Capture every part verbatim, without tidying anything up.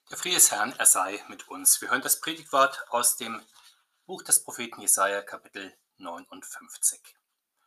Der Friede des Herrn, er sei mit uns. Wir hören das Predigtwort aus dem Buch des Propheten Jesaja, Kapitel neunundfünfzig.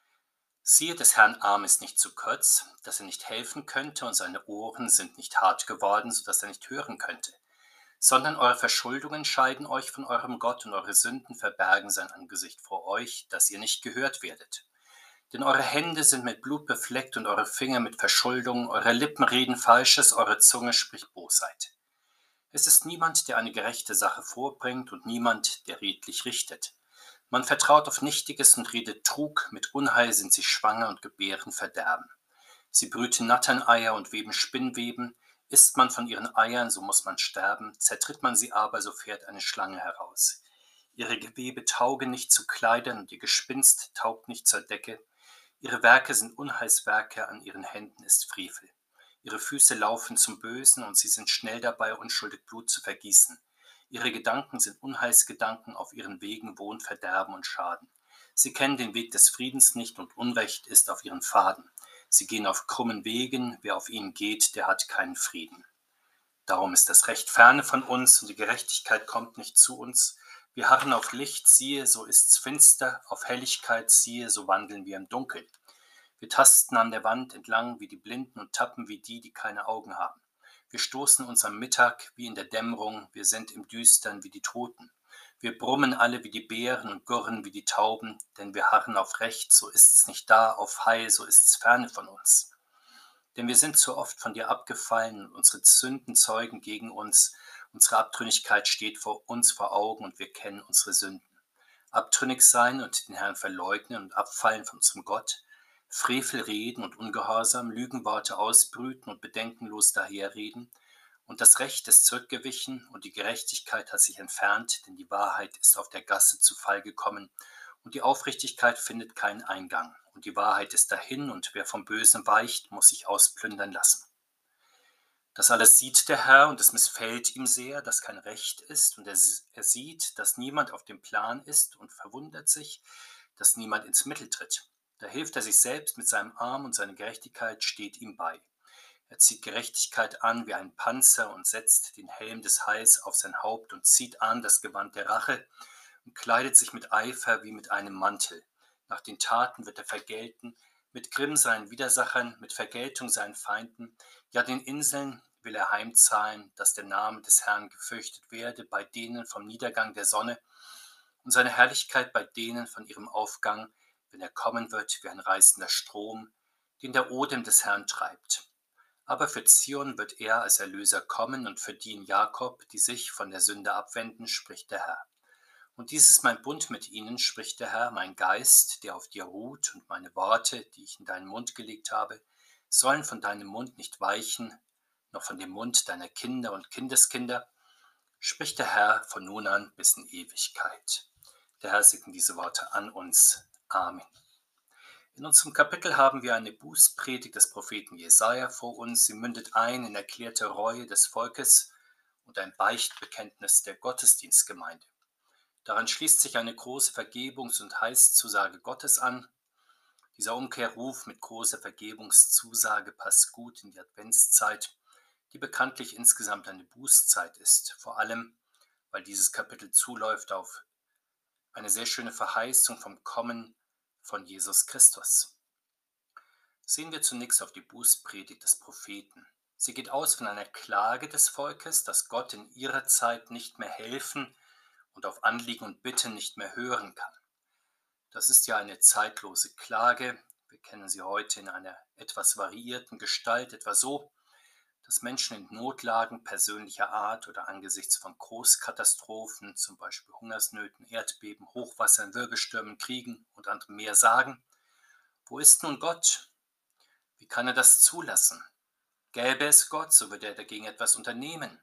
Siehe, des Herrn Arm ist nicht zu kurz, dass er nicht helfen könnte, und seine Ohren sind nicht hart geworden, so dass er nicht hören könnte. Sondern eure Verschuldungen scheiden euch von eurem Gott, und eure Sünden verbergen sein Angesicht vor euch, dass ihr nicht gehört werdet. Denn eure Hände sind mit Blut befleckt und eure Finger mit Verschuldung, eure Lippen reden Falsches, eure Zunge spricht Bosheit. Es ist niemand, der eine gerechte Sache vorbringt, und niemand, der redlich richtet. Man vertraut auf Nichtiges und redet Trug, mit Unheil sind sie schwanger und gebären Verderben. Sie brüten Natterneier und weben Spinnweben. Isst man von ihren Eiern, so muss man sterben, zertritt man sie aber, so fährt eine Schlange heraus. Ihre Gewebe taugen nicht zu Kleidern und ihr Gespinst taugt nicht zur Decke. Ihre Werke sind Unheilswerke, an ihren Händen ist Frevel. Ihre Füße laufen zum Bösen, und sie sind schnell dabei, unschuldig Blut zu vergießen. Ihre Gedanken sind Unheilsgedanken, auf ihren Wegen wohnt Verderben und Schaden. Sie kennen den Weg des Friedens nicht, und Unrecht ist auf ihren Pfaden. Sie gehen auf krummen Wegen, wer auf ihnen geht, der hat keinen Frieden. Darum ist das Recht ferne von uns, und die Gerechtigkeit kommt nicht zu uns. Wir harren auf Licht, siehe, so ist's finster, auf Helligkeit, siehe, so wandeln wir im Dunkeln. Wir tasten an der Wand entlang wie die Blinden und tappen wie die, die keine Augen haben. Wir stoßen uns am Mittag wie in der Dämmerung, wir sind im Düstern wie die Toten. Wir brummen alle wie die Bären und gurren wie die Tauben, denn wir harren auf Recht, so ist's nicht da, auf Heil, so ist's ferne von uns. Denn wir sind zu oft von dir abgefallen, und unsere Sünden zeugen gegen uns. Unsere Abtrünnigkeit steht vor uns vor Augen, und wir kennen unsere Sünden. Abtrünnig sein und den Herrn verleugnen und abfallen von unserem Gott, Frevel reden und Ungehorsam, Lügenworte ausbrüten und bedenkenlos daherreden, und das Recht ist zurückgewichen und die Gerechtigkeit hat sich entfernt, denn die Wahrheit ist auf der Gasse zu Fall gekommen, und die Aufrichtigkeit findet keinen Eingang, und die Wahrheit ist dahin, und wer vom Bösen weicht, muss sich ausplündern lassen. Das alles sieht der Herr, und es missfällt ihm sehr, dass kein Recht ist, und er, er sieht, dass niemand auf dem Plan ist, und verwundert sich, dass niemand ins Mittel tritt. Da hilft er sich selbst mit seinem Arm, und seine Gerechtigkeit steht ihm bei. Er zieht Gerechtigkeit an wie ein Panzer und setzt den Helm des Heils auf sein Haupt und zieht an das Gewand der Rache und kleidet sich mit Eifer wie mit einem Mantel. Nach den Taten wird er vergelten, mit Grimm seinen Widersachern, mit Vergeltung seinen Feinden. Ja, den Inseln will er heimzahlen, dass der Name des Herrn gefürchtet werde bei denen vom Niedergang der Sonne und seine Herrlichkeit bei denen von ihrem Aufgang, wenn er kommen wird wie ein reißender Strom, den der Odem des Herrn treibt. Aber für Zion wird er als Erlöser kommen und für die in Jakob, die sich von der Sünde abwenden, spricht der Herr. Und dies ist mein Bund mit ihnen, spricht der Herr, mein Geist, der auf dir ruht, und meine Worte, die ich in deinen Mund gelegt habe, sollen von deinem Mund nicht weichen, noch von dem Mund deiner Kinder und Kindeskinder, spricht der Herr von nun an bis in Ewigkeit. Der Herr segne diese Worte an uns. Amen. In unserem Kapitel haben wir eine Bußpredigt des Propheten Jesaja vor uns. Sie mündet ein in erklärte Reue des Volkes und ein Beichtbekenntnis der Gottesdienstgemeinde. Daran schließt sich eine große Vergebungs- und Heilszusage Gottes an. Dieser Umkehrruf mit großer Vergebungszusage passt gut in die Adventszeit, die bekanntlich insgesamt eine Bußzeit ist, vor allem, weil dieses Kapitel zuläuft auf eine sehr schöne Verheißung vom Kommen von Jesus Christus. Sehen wir zunächst auf die Bußpredigt des Propheten. Sie geht aus von einer Klage des Volkes, dass Gott in ihrer Zeit nicht mehr helfen und auf Anliegen und Bitten nicht mehr hören kann. Das ist ja eine zeitlose Klage. Wir kennen sie heute in einer etwas variierten Gestalt, etwa so, dass Menschen in Notlagen persönlicher Art oder angesichts von Großkatastrophen, zum Beispiel Hungersnöten, Erdbeben, Hochwassern, Wirbelstürmen, Kriegen und anderem mehr sagen: Wo ist nun Gott? Wie kann er das zulassen? Gäbe es Gott, so würde er dagegen etwas unternehmen.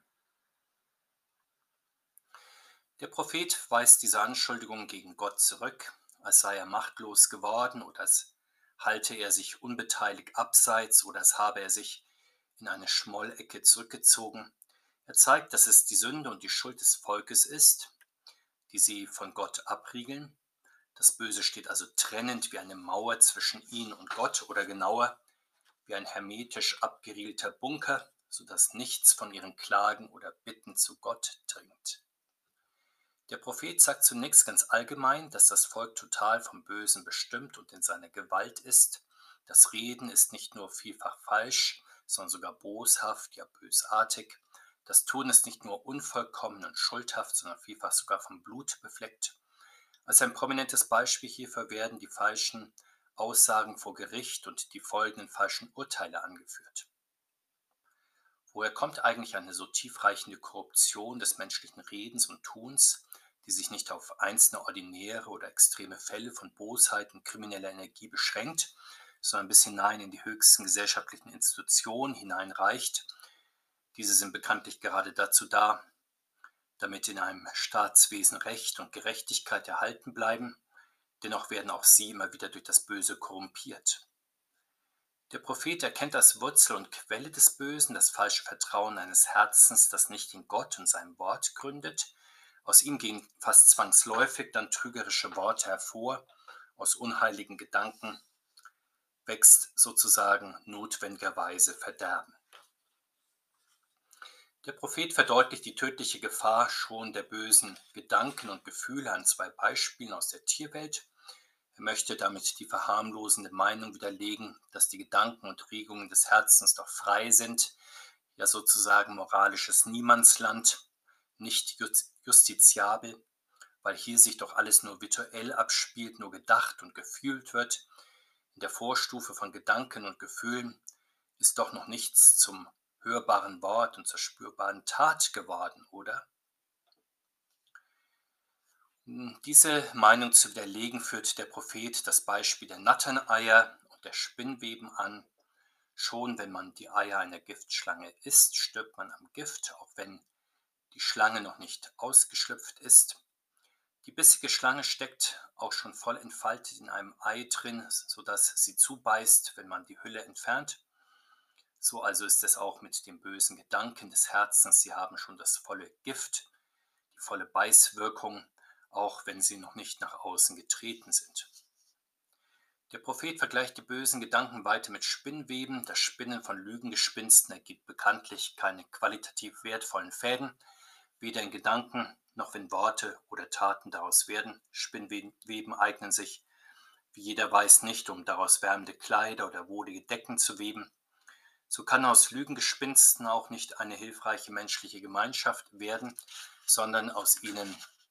Der Prophet weist diese Anschuldigungen gegen Gott zurück, als sei er machtlos geworden oder als halte er sich unbeteiligt abseits oder als habe er sich in eine Schmollecke zurückgezogen. Er zeigt, dass es die Sünde und die Schuld des Volkes ist, die sie von Gott abriegeln. Das Böse steht also trennend wie eine Mauer zwischen ihnen und Gott oder genauer wie ein hermetisch abgeriegelter Bunker sodass nichts von ihren Klagen oder Bitten zu Gott dringt. Der Prophet sagt zunächst ganz allgemein, dass das Volk total vom Bösen bestimmt und in seiner Gewalt ist. Das Reden ist nicht nur vielfach falsch, sondern sogar boshaft, ja bösartig. Das Tun ist nicht nur unvollkommen und schuldhaft, sondern vielfach sogar vom Blut befleckt. Als ein prominentes Beispiel hierfür werden die falschen Aussagen vor Gericht und die folgenden falschen Urteile angeführt. Woher kommt eigentlich eine so tiefreichende Korruption des menschlichen Redens und Tuns, die sich nicht auf einzelne ordinäre oder extreme Fälle von Bosheit und krimineller Energie beschränkt, sondern bis hinein in die höchsten gesellschaftlichen Institutionen hineinreicht? Diese sind bekanntlich gerade dazu da, damit in einem Staatswesen Recht und Gerechtigkeit erhalten bleiben. Dennoch werden auch sie immer wieder durch das Böse korrumpiert. Der Prophet erkennt als Wurzel und Quelle des Bösen das falsche Vertrauen eines Herzens, das nicht in Gott und seinem Wort gründet. Aus ihm gehen fast zwangsläufig dann trügerische Worte hervor. Aus unheiligen Gedanken wächst sozusagen notwendigerweise Verderben. Der Prophet verdeutlicht die tödliche Gefahr schon der bösen Gedanken und Gefühle an zwei Beispielen aus der Tierwelt. Er möchte damit die verharmlosende Meinung widerlegen, dass die Gedanken und Regungen des Herzens doch frei sind, ja sozusagen moralisches Niemandsland, nicht justiziabel, weil hier sich doch alles nur virtuell abspielt, nur gedacht und gefühlt wird. In der Vorstufe von Gedanken und Gefühlen ist doch noch nichts zum hörbaren Wort und zur spürbaren Tat geworden, oder? Diese Meinung zu widerlegen führt der Prophet das Beispiel der Natterneier und der Spinnweben an. Schon wenn man die Eier einer Giftschlange isst, stirbt man am Gift, auch wenn die Schlange noch nicht ausgeschlüpft ist. Die bissige Schlange steckt auch schon voll entfaltet in einem Ei drin, sodass sie zubeißt, wenn man die Hülle entfernt. So also ist es auch mit den bösen Gedanken des Herzens. Sie haben schon das volle Gift, die volle Beißwirkung, auch wenn sie noch nicht nach außen getreten sind. Der Prophet vergleicht die bösen Gedanken weiter mit Spinnweben. Das Spinnen von Lügengespinsten ergibt bekanntlich keine qualitativ wertvollen Fäden, weder in Gedanken noch wenn Worte oder Taten daraus werden. Spinnweben eignen sich, wie jeder weiß, nicht, um daraus wärmende Kleider oder wohlige Decken zu weben. So kann aus Lügengespinsten auch nicht eine hilfreiche menschliche Gemeinschaft werden, sondern aus ihnen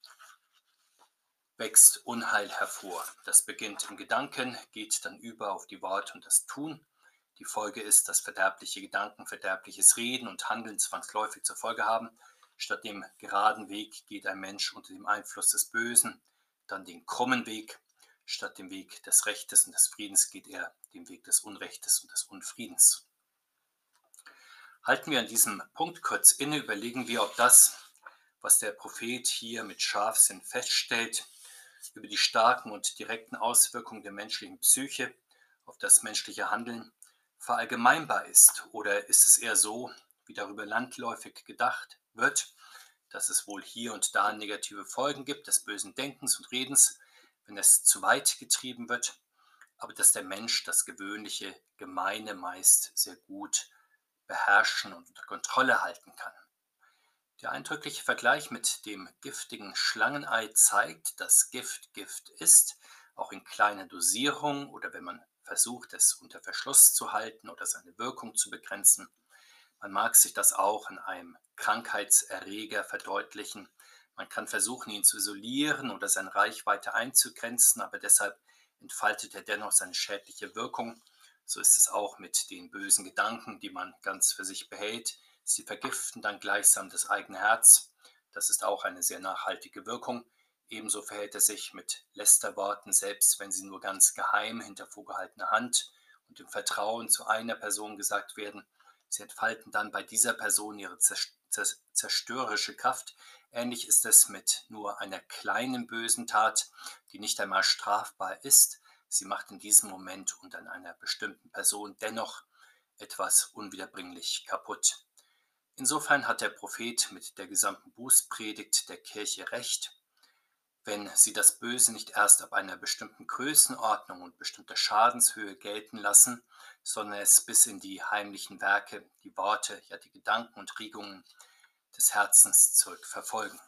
wächst Unheil hervor. Das beginnt im Gedanken, geht dann über auf die Worte und das Tun. Die Folge ist, dass verderbliche Gedanken verderbliches Reden und Handeln zwangsläufig zur Folge haben. Statt dem geraden Weg geht ein Mensch unter dem Einfluss des Bösen, dann den krummen Weg. Statt dem Weg des Rechtes und des Friedens geht er den Weg des Unrechtes und des Unfriedens. Halten wir an diesem Punkt kurz inne, überlegen wir, ob das, was der Prophet hier mit Scharfsinn feststellt, über die starken und direkten Auswirkungen der menschlichen Psyche auf das menschliche Handeln verallgemeinbar ist, oder ist es eher so, wie darüber landläufig gedacht wird, dass es wohl hier und da negative Folgen gibt des bösen Denkens und Redens, wenn es zu weit getrieben wird, aber dass der Mensch das gewöhnliche Gemeine meist sehr gut beherrschen und unter Kontrolle halten kann. Der eindrückliche Vergleich mit dem giftigen Schlangenei zeigt, dass Gift Gift ist, auch in kleiner Dosierung oder wenn man versucht, es unter Verschluss zu halten oder seine Wirkung zu begrenzen. Man mag sich das auch in einem Krankheitserreger verdeutlichen. Man kann versuchen, ihn zu isolieren oder seine Reichweite einzugrenzen, aber deshalb entfaltet er dennoch seine schädliche Wirkung. So ist es auch mit den bösen Gedanken, die man ganz für sich behält. Sie vergiften dann gleichsam das eigene Herz. Das ist auch eine sehr nachhaltige Wirkung. Ebenso verhält er sich mit Lästerworten, selbst wenn sie nur ganz geheim hinter vorgehaltener Hand und im Vertrauen zu einer Person gesagt werden. Sie entfalten dann bei dieser Person ihre zerstörerische Kraft. Ähnlich ist es mit nur einer kleinen bösen Tat, die nicht einmal strafbar ist. Sie macht in diesem Moment und an einer bestimmten Person dennoch etwas unwiederbringlich kaputt. Insofern hat der Prophet mit der gesamten Bußpredigt der Kirche recht. Wenn sie das Böse nicht erst ab einer bestimmten Größenordnung und bestimmter Schadenshöhe gelten lassen, sondern es bis in die heimlichen Werke, die Worte, ja die Gedanken und Regungen des Herzens zurückverfolgen.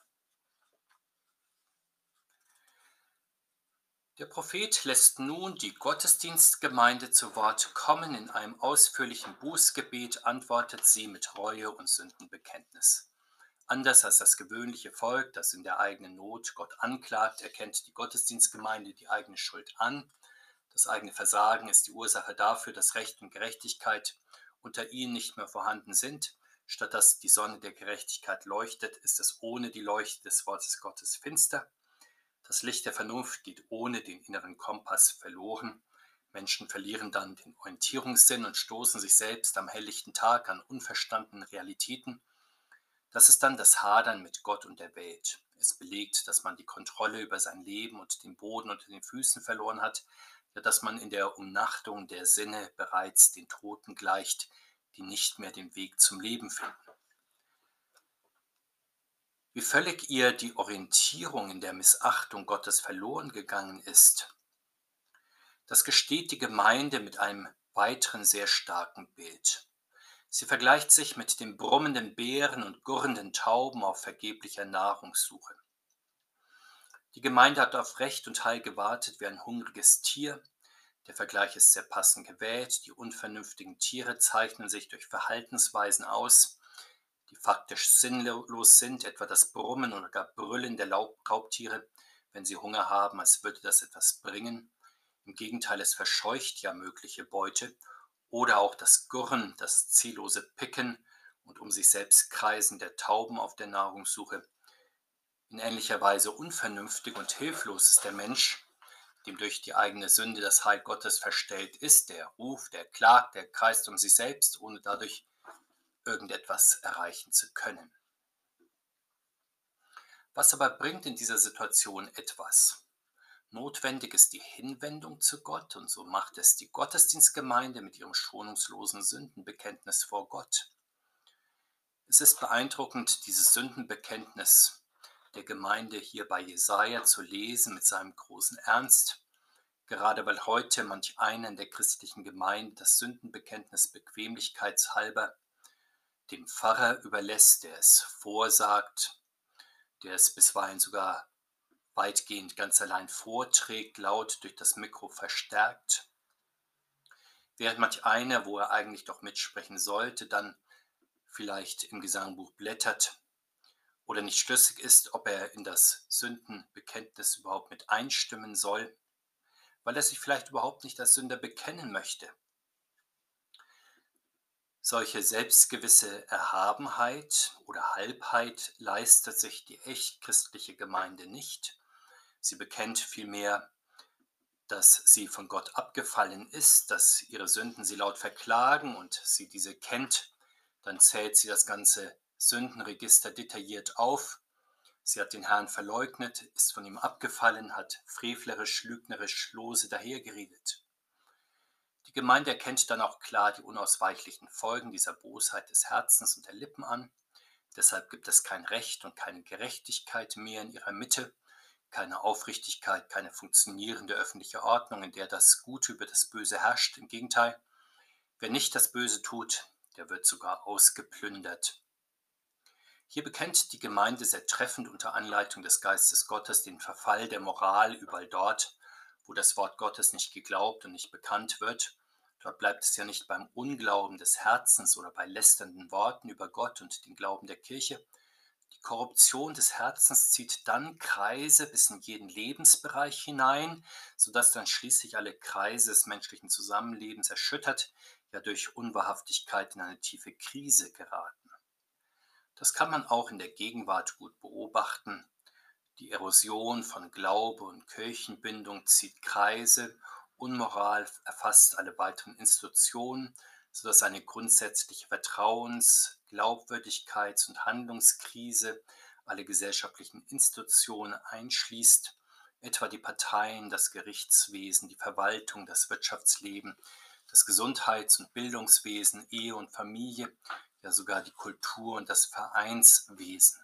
Der Prophet lässt nun die Gottesdienstgemeinde zu Wort kommen. In einem ausführlichen Bußgebet antwortet sie mit Reue und Sündenbekenntnis. Anders als das gewöhnliche Volk, das in der eigenen Not Gott anklagt, erkennt die Gottesdienstgemeinde die eigene Schuld an. Das eigene Versagen ist die Ursache dafür, dass Recht und Gerechtigkeit unter ihnen nicht mehr vorhanden sind. Statt dass die Sonne der Gerechtigkeit leuchtet, ist es ohne die Leuchte des Wortes Gottes finster. Das Licht der Vernunft geht ohne den inneren Kompass verloren. Menschen verlieren dann den Orientierungssinn und stoßen sich selbst am helllichten Tag an unverstandenen Realitäten. Das ist dann das Hadern mit Gott und der Welt. Es belegt, dass man die Kontrolle über sein Leben und den Boden unter den Füßen verloren hat, ja, dass man in der Umnachtung der Sinne bereits den Toten gleicht, die nicht mehr den Weg zum Leben finden. Wie völlig ihr die Orientierung in der Missachtung Gottes verloren gegangen ist, das gesteht die Gemeinde mit einem weiteren sehr starken Bild. Sie vergleicht sich mit den brummenden Bären und gurrenden Tauben auf vergeblicher Nahrungssuche. Die Gemeinde hat auf Recht und Heil gewartet wie ein hungriges Tier. Der Vergleich ist sehr passend gewählt. Die unvernünftigen Tiere zeichnen sich durch Verhaltensweisen aus, die faktisch sinnlos sind, etwa das Brummen oder gar Brüllen der Laub- Raubtiere, wenn sie Hunger haben, als würde das etwas bringen. Im Gegenteil, es verscheucht ja mögliche Beute. Oder auch das Gurren, das ziellose Picken und um sich selbst kreisen der Tauben auf der Nahrungssuche. In ähnlicher Weise unvernünftig und hilflos ist der Mensch, dem durch die eigene Sünde das Heil Gottes verstellt ist. Der ruft, der klagt, der kreist um sich selbst, ohne dadurch irgendetwas erreichen zu können. Was aber bringt in dieser Situation etwas? Notwendig ist die Hinwendung zu Gott, und so macht es die Gottesdienstgemeinde mit ihrem schonungslosen Sündenbekenntnis vor Gott. Es ist beeindruckend, dieses Sündenbekenntnis der Gemeinde hier bei Jesaja zu lesen mit seinem großen Ernst, gerade weil heute manch einer in der christlichen Gemeinde das Sündenbekenntnis bequemlichkeitshalber dem Pfarrer überlässt, der es vorsagt, der es bisweilen sogar weitgehend ganz allein vorträgt, laut durch das Mikro verstärkt, während manch einer, wo er eigentlich doch mitsprechen sollte, dann vielleicht im Gesangbuch blättert oder nicht schlüssig ist, ob er in das Sündenbekenntnis überhaupt mit einstimmen soll, weil er sich vielleicht überhaupt nicht als Sünder bekennen möchte. Solche selbstgewisse Erhabenheit oder Halbheit leistet sich die echt christliche Gemeinde nicht. Sie bekennt vielmehr, dass sie von Gott abgefallen ist, dass ihre Sünden sie laut verklagen und sie diese kennt. Dann zählt sie das ganze Sündenregister detailliert auf. Sie hat den Herrn verleugnet, ist von ihm abgefallen, hat frevlerisch, lügnerisch, lose dahergeredet. Die Gemeinde erkennt dann auch klar die unausweichlichen Folgen dieser Bosheit des Herzens und der Lippen an. Deshalb gibt es kein Recht und keine Gerechtigkeit mehr in ihrer Mitte, keine Aufrichtigkeit, keine funktionierende öffentliche Ordnung, in der das Gute über das Böse herrscht. Im Gegenteil, wer nicht das Böse tut, der wird sogar ausgeplündert. Hier bekennt die Gemeinde sehr treffend unter Anleitung des Geistes Gottes den Verfall der Moral überall dort, wo das Wort Gottes nicht geglaubt und nicht bekannt wird. Dort bleibt es ja nicht beim Unglauben des Herzens oder bei lästernden Worten über Gott und den Glauben der Kirche. Die Korruption des Herzens zieht dann Kreise bis in jeden Lebensbereich hinein, sodass dann schließlich alle Kreise des menschlichen Zusammenlebens erschüttert, ja durch Unwahrhaftigkeit in eine tiefe Krise geraten. Das kann man auch in der Gegenwart gut beobachten. Die Erosion von Glaube und Kirchenbindung zieht Kreise, Unmoral erfasst alle weiteren Institutionen, sodass eine grundsätzliche Vertrauens-, Glaubwürdigkeits- und Handlungskrise alle gesellschaftlichen Institutionen einschließt, etwa die Parteien, das Gerichtswesen, die Verwaltung, das Wirtschaftsleben, das Gesundheits- und Bildungswesen, Ehe und Familie, ja sogar die Kultur und das Vereinswesen.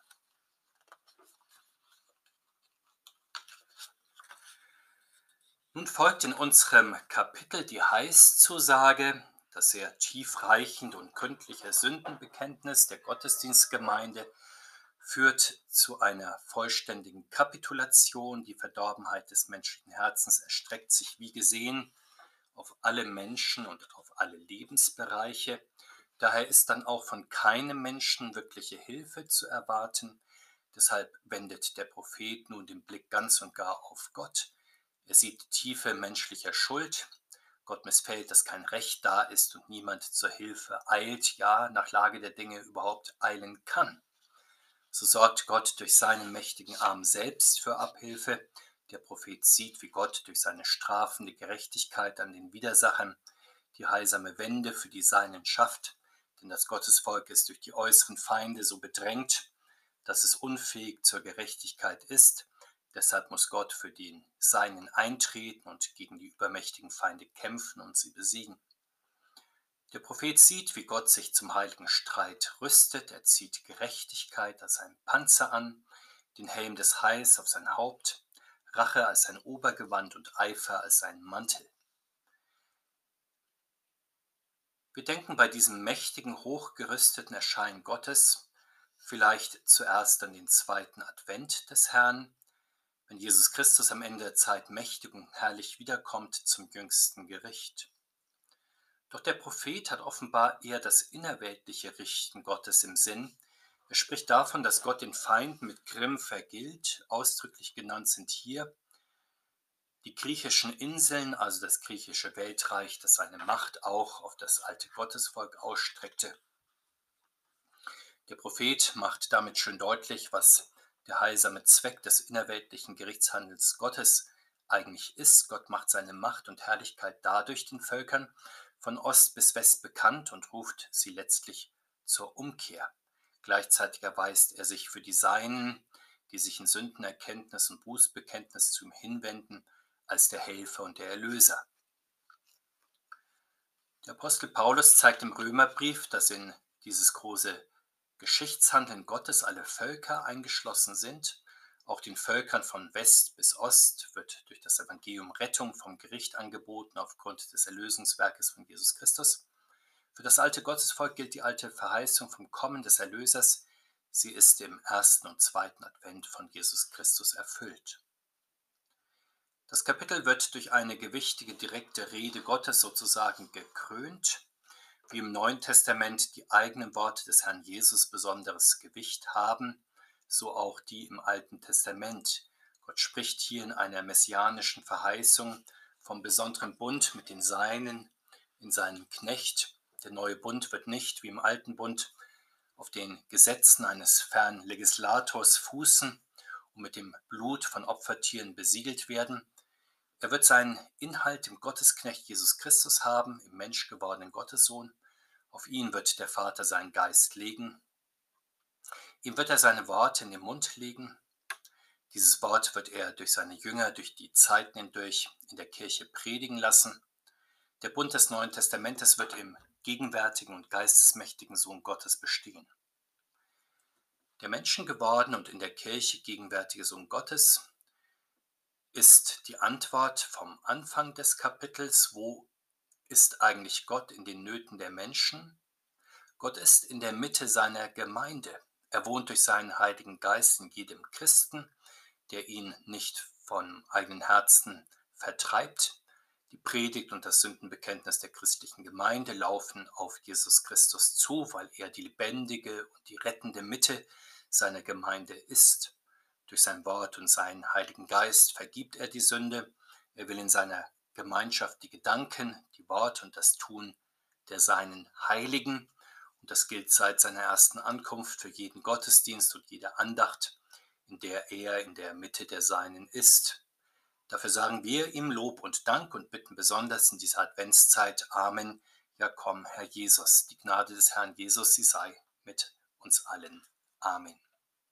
Nun folgt in unserem Kapitel die Heißzusage, Das sehr tiefreichende und gründliche Sündenbekenntnis der Gottesdienstgemeinde führt zu einer vollständigen Kapitulation. Die Verdorbenheit des menschlichen Herzens erstreckt sich, wie gesehen, auf alle Menschen und auf alle Lebensbereiche. Daher ist dann auch von keinem Menschen wirkliche Hilfe zu erwarten. Deshalb wendet der Prophet nun den Blick ganz und gar auf Gott. Er sieht tiefe menschliche Schuld. Gott missfällt, dass kein Recht da ist und niemand zur Hilfe eilt, ja, nach Lage der Dinge überhaupt eilen kann. So sorgt Gott durch seinen mächtigen Arm selbst für Abhilfe. Der Prophet sieht, wie Gott durch seine strafende Gerechtigkeit an den Widersachern die heilsame Wende für die Seinen schafft, denn das Gottesvolk ist durch die äußeren Feinde so bedrängt, dass es unfähig zur Gerechtigkeit ist. Deshalb muss Gott für den Seinen eintreten und gegen die übermächtigen Feinde kämpfen und sie besiegen. Der Prophet sieht, wie Gott sich zum heiligen Streit rüstet. Er zieht Gerechtigkeit als einen Panzer an, den Helm des Heils auf sein Haupt, Rache als sein Obergewand und Eifer als seinen Mantel. Wir denken bei diesem mächtigen, hochgerüsteten Erscheinen Gottes vielleicht zuerst an den zweiten Advent des Herrn, wenn Jesus Christus am Ende der Zeit mächtig und herrlich wiederkommt zum jüngsten Gericht. Doch der Prophet hat offenbar eher das innerweltliche Richten Gottes im Sinn. Er spricht davon, dass Gott den Feinden mit Grimm vergilt. Ausdrücklich genannt sind hier die griechischen Inseln, also das griechische Weltreich, das seine Macht auch auf das alte Gottesvolk ausstreckte. Der Prophet macht damit schön deutlich, was der heilsame Zweck des innerweltlichen Gerichtshandels Gottes eigentlich ist. Gott macht seine Macht und Herrlichkeit dadurch den Völkern von Ost bis West bekannt und ruft sie letztlich zur Umkehr. Gleichzeitig erweist er sich für die Seinen, die sich in Sündenerkenntnis und Bußbekenntnis zu ihm hinwenden, als der Helfer und der Erlöser. Der Apostel Paulus zeigt im Römerbrief, dass in dieses große Geschichtshandeln Gottes alle Völker eingeschlossen sind. Auch den Völkern von West bis Ost wird durch das Evangelium Rettung vom Gericht angeboten aufgrund des Erlösungswerkes von Jesus Christus. Für das alte Gottesvolk gilt die alte Verheißung vom Kommen des Erlösers. Sie ist im ersten und zweiten Advent von Jesus Christus erfüllt. Das Kapitel wird durch eine gewichtige, direkte Rede Gottes sozusagen gekrönt. Wie im Neuen Testament die eigenen Worte des Herrn Jesus besonderes Gewicht haben, so auch die im Alten Testament. Gott spricht hier in einer messianischen Verheißung vom besonderen Bund mit den Seinen in seinem Knecht. Der neue Bund wird nicht, wie im alten Bund, auf den Gesetzen eines fernen Legislators fußen und mit dem Blut von Opfertieren besiegelt werden. Er wird seinen Inhalt im Gottesknecht Jesus Christus haben, im menschgewordenen Gottessohn. Auf ihn wird der Vater seinen Geist legen. Ihm wird er seine Worte in den Mund legen. Dieses Wort wird er durch seine Jünger durch die Zeiten hindurch in der Kirche predigen lassen. Der Bund des Neuen Testamentes wird im gegenwärtigen und geistesmächtigen Sohn Gottes bestehen. Der menschengewordene und in der Kirche gegenwärtige Sohn Gottes ist die Antwort vom Anfang des Kapitels. Wo ist eigentlich Gott in den Nöten der Menschen? Gott ist in der Mitte seiner Gemeinde. Er wohnt durch seinen Heiligen Geist in jedem Christen, der ihn nicht vom eigenen Herzen vertreibt. Die Predigt und das Sündenbekenntnis der christlichen Gemeinde laufen auf Jesus Christus zu, weil er die lebendige und die rettende Mitte seiner Gemeinde ist. Durch sein Wort und seinen Heiligen Geist vergibt er die Sünde. Er will in seiner Gemeinschaft die Gedanken, die Worte und das Tun der Seinen heiligen. Und das gilt seit seiner ersten Ankunft für jeden Gottesdienst und jede Andacht, in der er in der Mitte der Seinen ist. Dafür sagen wir ihm Lob und Dank und bitten besonders in dieser Adventszeit: Amen. Ja, komm, Herr Jesus. Die Gnade des Herrn Jesus, sie sei mit uns allen. Amen.